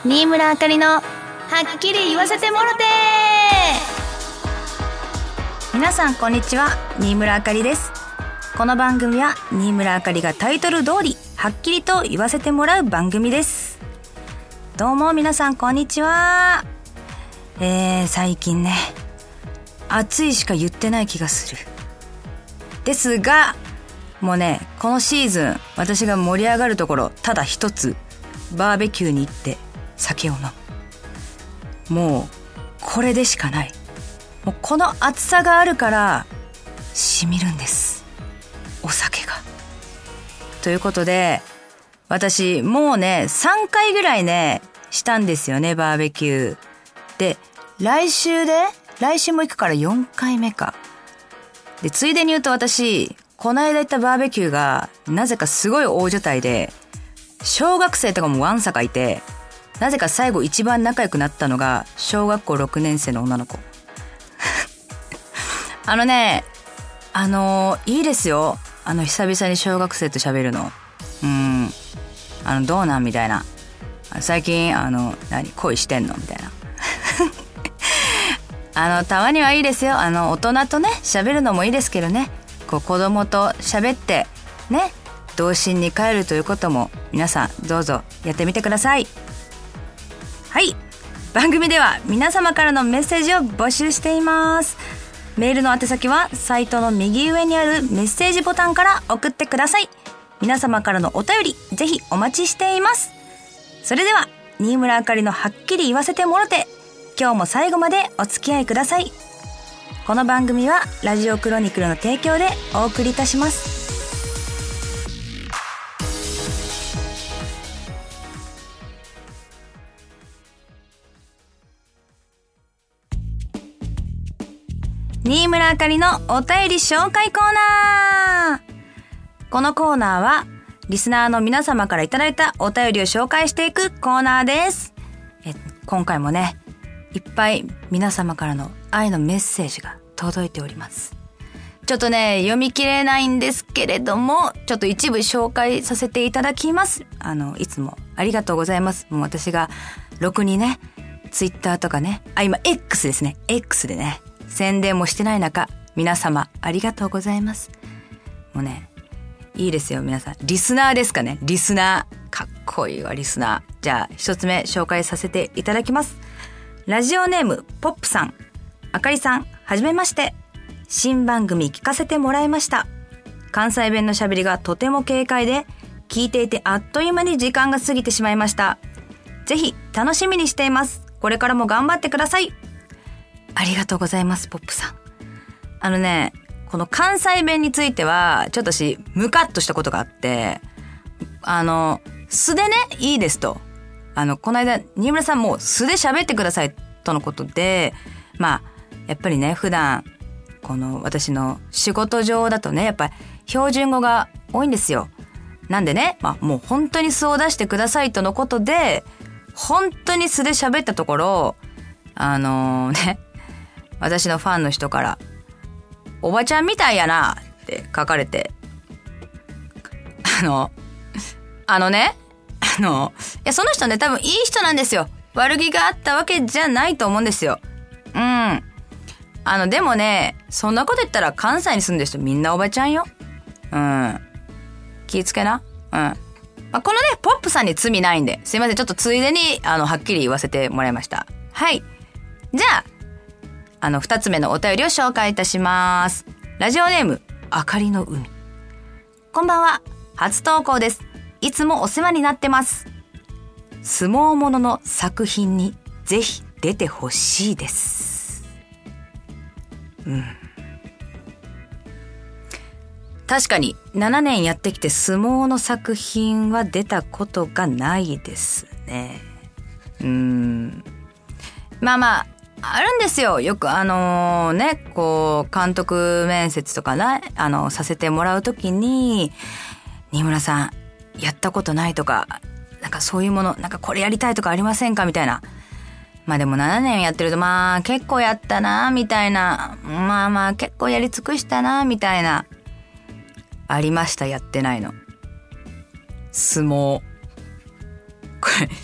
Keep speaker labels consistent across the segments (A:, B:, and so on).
A: 新村あかりのはっきり言わせてもろて。皆さんこんにちは、新村あかりです。この番組は新村あかりがタイトル通りはっきりと言わせてもらう番組です。どうも皆さんこんにちは。最近ね、暑いしか言ってない気がする。ですがもうね、このシーズン私が盛り上がるところただ一つ、バーベキューに行って酒を飲む。もうこれでしかない。もうこの暑さがあるから染みるんです、お酒が。ということで私もうね3回ぐらいねしたんですよね、バーベキューで。来週も行くから4回目か。でついでに言うと、私この間行ったバーベキューがなぜかすごい大所帯で、小学生とかもわんさかいて、なぜか最後一番仲良くなったのが小学校6年生の女の子いいですよ、久々に小学生と喋るの。どうなんみたいな、最近恋してんのみたいなたまにはいいですよ。大人とね喋るのもいいですけどね、子供と喋ってね、童心に帰るということも皆さんどうぞやってみてください。はい、番組では皆様からのメッセージを募集しています。メールの宛先はサイトの右上にあるメッセージボタンから送ってください。皆様からのお便りぜひお待ちしています。それでは新村あかりのはっきり言わせてもろて、今日も最後までお付き合いください。この番組はラジオクロニクルの提供でお送りいたします。新村あかりのお便り紹介コーナー。このコーナーはリスナーの皆様からいただいたお便りを紹介していくコーナーです。今回もね、いっぱい皆様からの愛のメッセージが届いております。ちょっとね読み切れないんですけれども、ちょっと一部紹介させていただきます。いつもありがとうございます。もう私がろくにねツイッターとかね、今 X ですね、 X でね宣伝もしてない中、皆様ありがとうございます。もうねいいですよ皆さん、リスナーですかね、リスナーかっこいいわ、リスナー。じゃあ一つ目紹介させていただきます。ラジオネームポップさん。あかりさん、はじめまして。新番組聞かせてもらいました。関西弁の喋りがとても軽快で、聞いていてあっという間に時間が過ぎてしまいました。ぜひ楽しみにしています。これからも頑張ってください。ありがとうございます、ポップさん。この関西弁についてはちょっとムカッとしたことがあって、素でねいいですと、この間新村さんも素で喋ってくださいとのことで、やっぱりね普段この私の仕事上だとね、やっぱり標準語が多いんですよ。なんでね、もう本当に素を出してくださいとのことで、本当に素で喋ったところ、私のファンの人からおばちゃんみたいやなって書かれて、いやその人ね多分いい人なんですよ。悪気があったわけじゃないと思うんですよ。でもね、そんなこと言ったら関西に住んでる人みんなおばちゃんよ。気ぃつけな。このねポップさんに罪ないんで、すいません、ちょっとついでにはっきり言わせてもらいました。はい、じゃあ2つ目のお便りを紹介いたします。ラジオネームあかりの海。こんばんは、初投稿です。いつもお世話になってます。相撲ものの作品にぜひ出てほしいです。確かに7年やってきて相撲の作品は出たことがないですね。あるんですよ。よくこう監督面接とかねさせてもらうときに、新村さんやったことないとか、なんかそういうもの、なんかこれやりたいとかありませんかみたいな。でも7年やってると結構やったなみたいな、結構やり尽くしたなみたいなありました。やってないの相撲、これ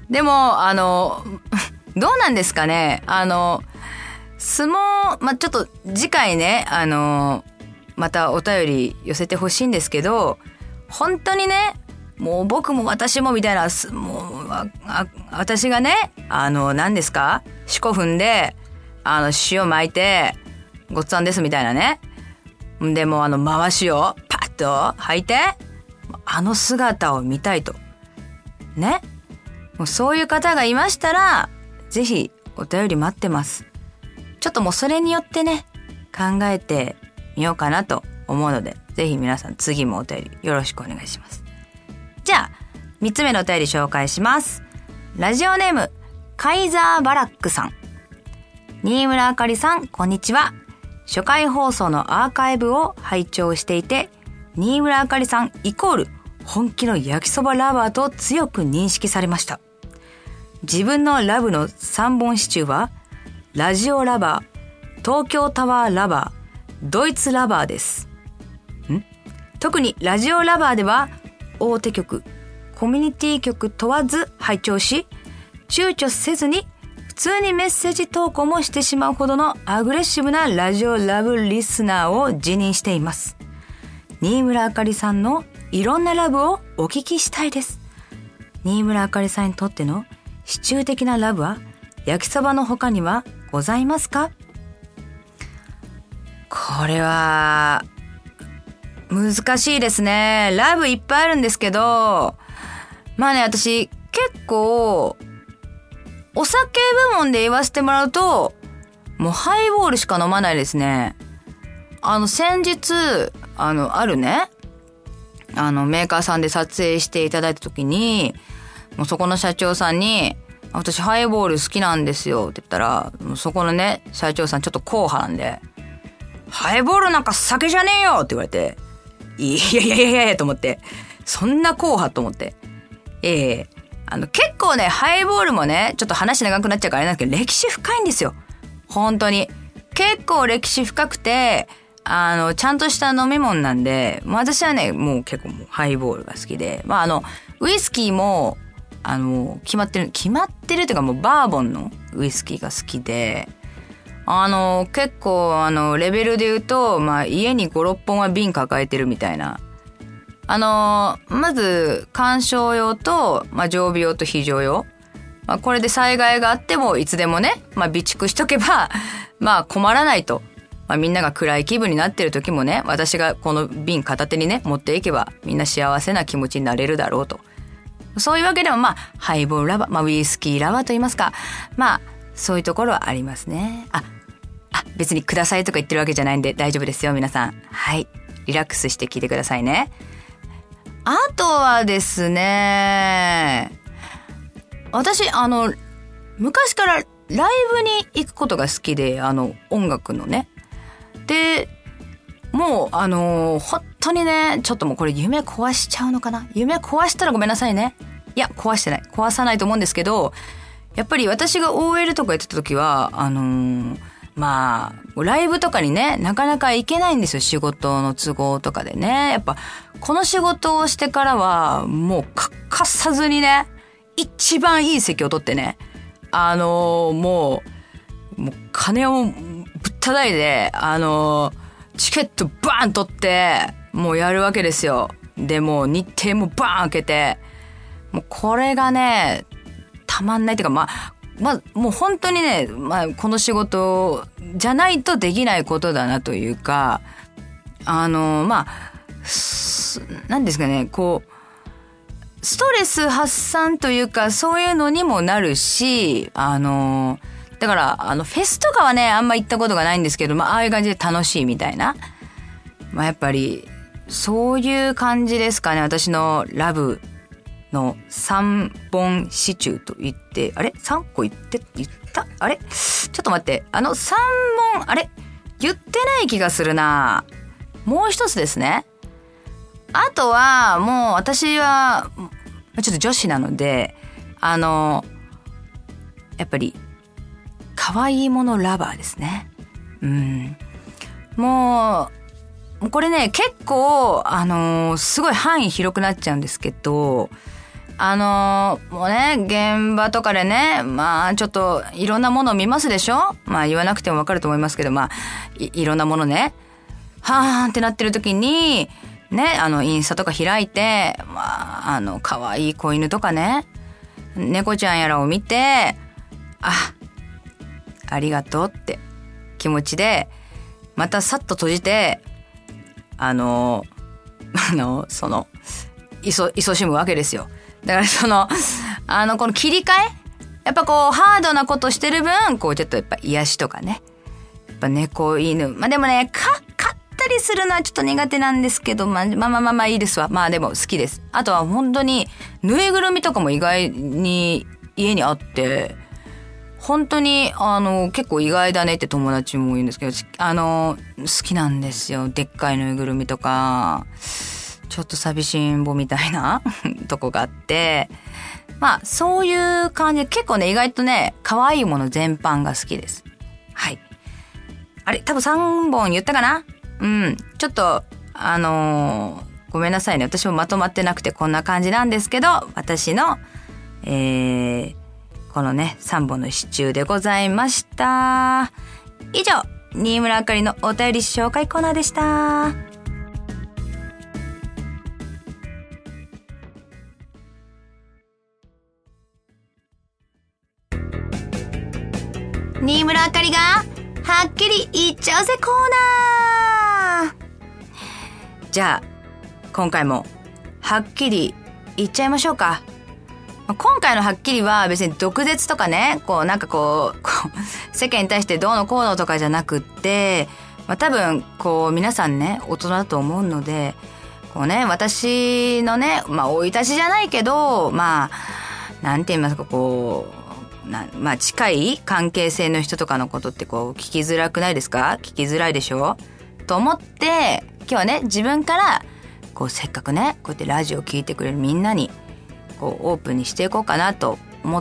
A: でも、どうなんですかね。相撲、ちょっと次回ね、またお便り寄せてほしいんですけど、本当にね、もう僕も私もみたいな、もう、私がね、何ですか？四股踏んで、塩巻いて、ごっつぁんですみたいなね。でも回しをパッと履いて、姿を見たいと。ね。もうそういう方がいましたら、ぜひお便り待ってます。ちょっともうそれによってね、考えてみようかなと思うので、ぜひ皆さん次もお便りよろしくお願いします。じゃあ、3つ目のお便り紹介します。ラジオネーム、カイザーバラックさん。新村あかりさん、こんにちは。初回放送のアーカイブを拝聴していて、新村あかりさんイコール本気の焼きそばラバーと強く認識されました。自分のラブの3本シチューは、ラジオラバー、東京タワーラバー、ドイツラバーです。特にラジオラバーでは、大手局、コミュニティ局問わず拝聴し、躊躇せずに普通にメッセージ投稿もしてしまうほどのアグレッシブなラジオラブリスナーを自認しています。新村あかりさんのいろんなラブをお聞きしたいです。新村あかりさんにとってのシチュー的なラブは焼きそばの他にはございますか？これは難しいですね。ラブいっぱいあるんですけど、私結構お酒部門で言わせてもらうと、もうハイボールしか飲まないですね。先日あるね、メーカーさんで撮影していただいた時に、もうそこの社長さんに、私ハイボール好きなんですよって言ったら、もうそこのね社長さんちょっと硬派なんで、ハイボールなんか酒じゃねえよって言われて、いやと思って、そんな硬派と思って、結構ねハイボールもね、ちょっと話長くなっちゃうからあれなんですけど、歴史深いんですよ。本当に結構歴史深くて、ちゃんとした飲み物なんで、私はねもう結構もうハイボールが好きで、ウイスキーも決まってるというか、もうバーボンのウイスキーが好きで、結構レベルで言うと、家に5、6本は瓶抱えてるみたいな。まず観賞用と、常備用と非常用。これで災害があってもいつでもね、備蓄しとけば困らないと。みんなが暗い気分になってる時もね、私がこの瓶片手にね持っていけばみんな幸せな気持ちになれるだろうと。そういうわけでもハイボールラバー、ウイスキーラバーと言いますか、そういうところはありますね。別にくださいとか言ってるわけじゃないんで大丈夫ですよ皆さん。はい、リラックスして聞いてくださいね。あとはですね、私昔からライブに行くことが好きで、音楽のね。でもう本当にね、ちょっともうこれ夢壊しちゃうのかな、夢壊したらごめんなさいね。いや壊してない、壊さないと思うんですけど、やっぱり私が OL とかやってた時はライブとかにねなかなか行けないんですよ、仕事の都合とかでね。やっぱこの仕事をしてからはもう欠かさずにね、一番いい席を取ってね、もう金をぶったたいでチケットバーン取ってもうやるわけですよ。でもう日程もバーン開けて、もうこれがねたまんないっていうか、もう本当にね、この仕事じゃないとできないことだなというか、なんですかね、こうストレス発散というかそういうのにもなるし、だからフェスとかはねあんま行ったことがないんですけど、ああいう感じで楽しいみたいな、やっぱりそういう感じですかね。私のラブの3本シチューと言って、あれ3個言ったあれちょっと待って、3本あれ言ってない気がするな。もう一つですね。あとはもう私はちょっと女子なので、やっぱり可愛いものラバーですね。もうこれね結構すごい範囲広くなっちゃうんですけど、 もうね、現場とかでね、まあちょっといろんなものを見ますでしょ。まあ言わなくてもわかると思いますけど、まあいろんなものね、はーんってなってる時に、ね、インスタとか開いて、まあ可愛い子犬とかね、猫ちゃんやらを見て、ありがとうって気持ちで、またさっと閉じて、勤しむわけですよ。だからこの切り替え、やっぱこうハードなことしてる分、こうちょっとやっぱ癒しとかね、やっぱ猫犬、まあでもね、飼ったりするのはちょっと苦手なんですけど、まあいいですわ。まあでも好きです。あとは本当にぬいぐるみとかも意外に家にあって、本当に結構意外だねって友達も言うんですけど、好きなんですよ。でっかいぬいぐるみとか。ちょっと寂しんぼみたいなとこがあって、まあそういう感じで結構ね、意外とね、可愛いもの全般が好きです。はい。あれ、多分3本言ったかな？ちょっとごめんなさいね、私もまとまってなくてこんな感じなんですけど、私のこのね3本の支柱でございました。以上、新村あかりのお便り紹介コーナーでした。新村あかりがはっきり言っちゃうぜコーナー。じゃあ今回もはっきり言っちゃいましょうか。今回のはっきりは別に毒舌とかね、こうなんかこう世間に対してどうのこうのとかじゃなくって、多分こう皆さんね、大人だと思うので、こうね、私のね、生い立ちじゃないけど、なんて言いますか、こう近い関係性の人とかのことってこう聞きづらくないですか？聞きづらいでしょと思って、今日はね、自分からこうせっかくね、こうやってラジオ聞いてくれるみんなにこうオープンにしていこうかなと思って、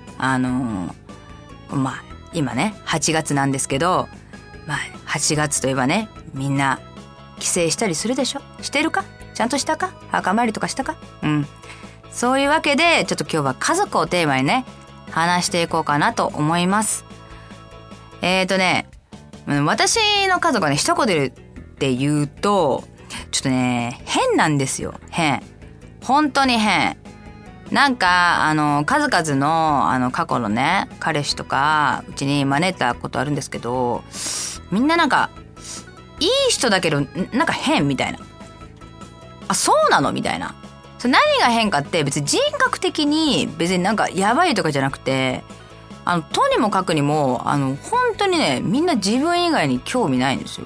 A: 今ね8月なんですけど、8月といえばね、みんな帰省したりするでしょ？してるか？ちゃんとしたか？墓参りとかしたか？そういうわけで、ちょっと今日は家族をテーマにね、話していこうかなと思います。私の家族はね、一言で言うと、ちょっとね、変なんですよ。変。本当に変。なんか、数々の、過去のね、彼氏とか、うちに招いたことあるんですけど、みんななんか、いい人だけど、なんか変みたいな。そうなのみたいな。何が変かって別に人格的に別になんかやばいとかじゃなくて、とにもかくにも本当にね、みんな自分以外に興味ないんですよ。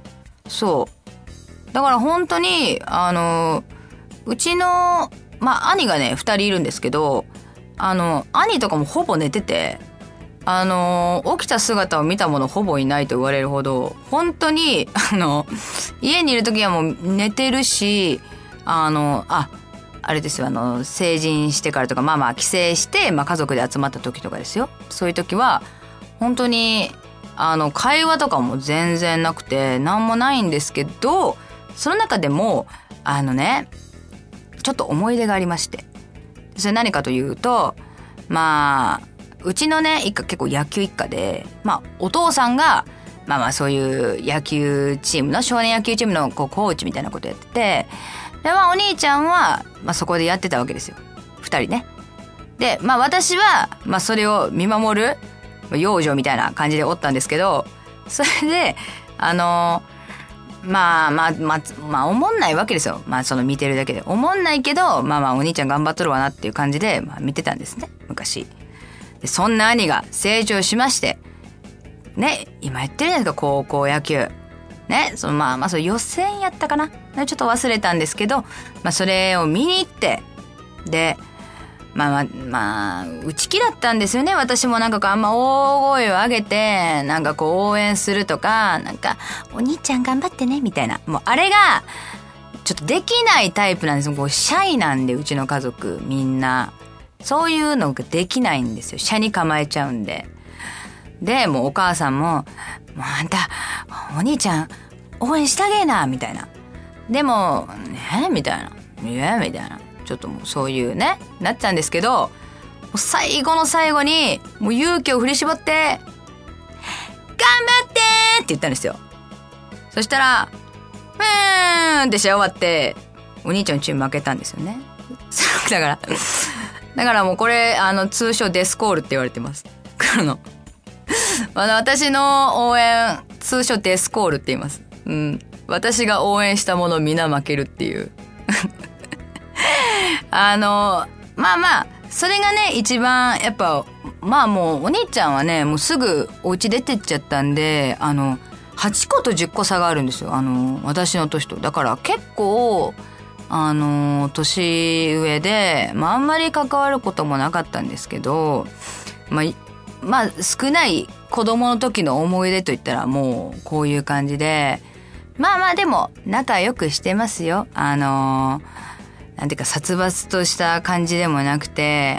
A: そうだから本当にうちの兄がね2人いるんですけど、兄とかもほぼ寝てて、起きた姿を見た者ほぼいないと言われるほど、本当に家にいる時はもう寝てるし、あれですよ、成人してからとか、帰省して、家族で集まった時とかですよ。そういう時は、本当に、会話とかも全然なくて、なんもないんですけど、その中でも、ちょっと思い出がありまして。それ何かというと、うちのね、一家結構野球一家で、お父さんが、そういう野球チームの、少年野球チームのコーチみたいなことやってて、で、お兄ちゃんは、そこでやってたわけですよ。二人ね。で、私は、それを見守る、養女みたいな感じでおったんですけど、それで、おもんないわけですよ。その見てるだけで。おもんないけど、お兄ちゃん頑張っとるわなっていう感じで、見てたんですね、昔。で、そんな兄が成長しまして、ね、今やってるじゃないですか、高校野球。ね、その予選やったかな、ちょっと忘れたんですけど、それを見に行って、で、内気だったんですよね。私もなんかあんま大声を上げて、なんかこう応援するとか、なんか、お兄ちゃん頑張ってね、みたいな。もうあれが、ちょっとできないタイプなんですよ。こうシャイなんで、うちの家族、みんな。そういうのができないんですよ。シャに構えちゃうんで。で、もうお母さんも、もうあんた、お兄ちゃん、応援してあげな、みたいな。でも、ねみたいな。いや、みたいな。 ちょっともうそういうね、なっちゃうんですけど、もう最後の最後に、もう勇気を振り絞って、頑張ってって言ったんですよ。そしたら、って試合終わって、お兄ちゃんのチーム負けたんですよね。だからもうこれ、通称デスコールって言われてます。私の応援、通称デスコールって言います。うん。私が応援したもの皆負けるっていう。それがね、一番、やっぱ、もう、お兄ちゃんはね、もうすぐお家出てっちゃったんで、8個と10個差があるんですよ。私の年と。だから結構、年上で、あんまり関わることもなかったんですけど、少ない子供の時の思い出といったらもうこういう感じで、でも仲良くしてますよ。なんていうか殺伐とした感じでもなくて、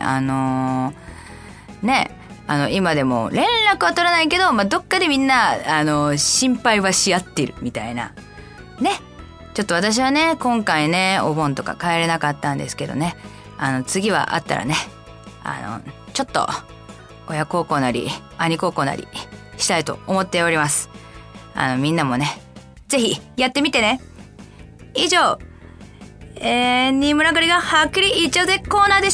A: 今でも連絡は取らないけど、どっかでみんな、心配はし合ってるみたいな。ね。ちょっと私はね、今回ね、お盆とか帰れなかったんですけどね、次は会ったらね、ちょっと、親孝行なり、兄孝行なり、したいと思っております。みんなもね、ぜひ、やってみてね。以上、新村あかりがはっきり言っちゃうぜコーナーでした。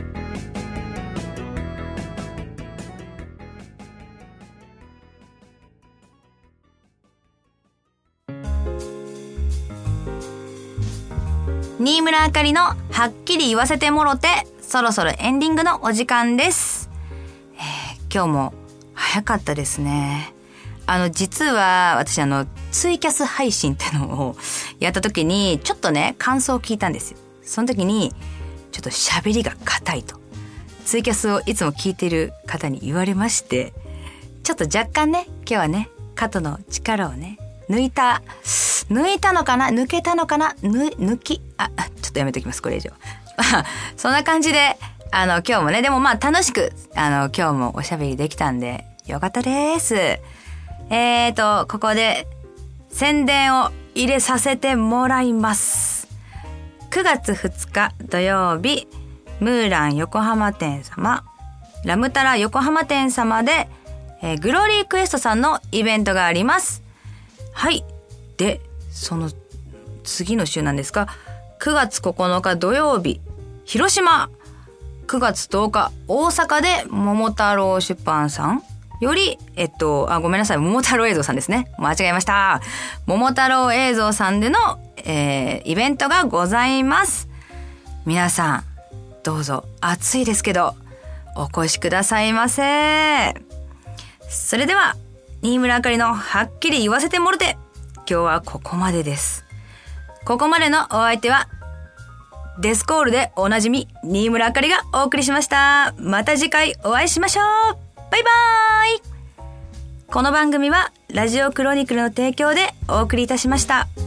A: 新村あかりのはっきり言わせてもろて、そろそろエンディングのお時間です。今日も早かったですね。実は私ツイキャス配信ってのをやった時にちょっとね感想を聞いたんですよ。その時にちょっと喋りが硬いとツイキャスをいつも聞いてる方に言われまして、ちょっと若干ね今日はね肩の力をね抜いたのかな、抜けたのかな、ちょっとやめときます、これ以上。そんな感じで今日もね、でも楽しく今日もおしゃべりできたんでよかったです。ここで宣伝を入れさせてもらいます。9月2日土曜日、ムーラン横浜店様、ラムタラ横浜店様で、グローリークエストさんのイベントがあります。はい。で、その次の週なんですが、9月9日土曜日、広島、9月10日大阪で桃太郎出版さんより、ごめんなさい、桃太郎映像さんですね。間違えました。桃太郎映像さんでの、イベントがございます。皆さん、どうぞ、暑いですけど、お越しくださいませ。それでは、新村あかりのはっきり言わせてもろて、今日はここまでです。ここまでのお相手は、デスコールでおなじみ、新村あかりがお送りしました。また次回お会いしましょう。バイバーイ。この番組はラジオクロニクルの提供でお送りいたしました。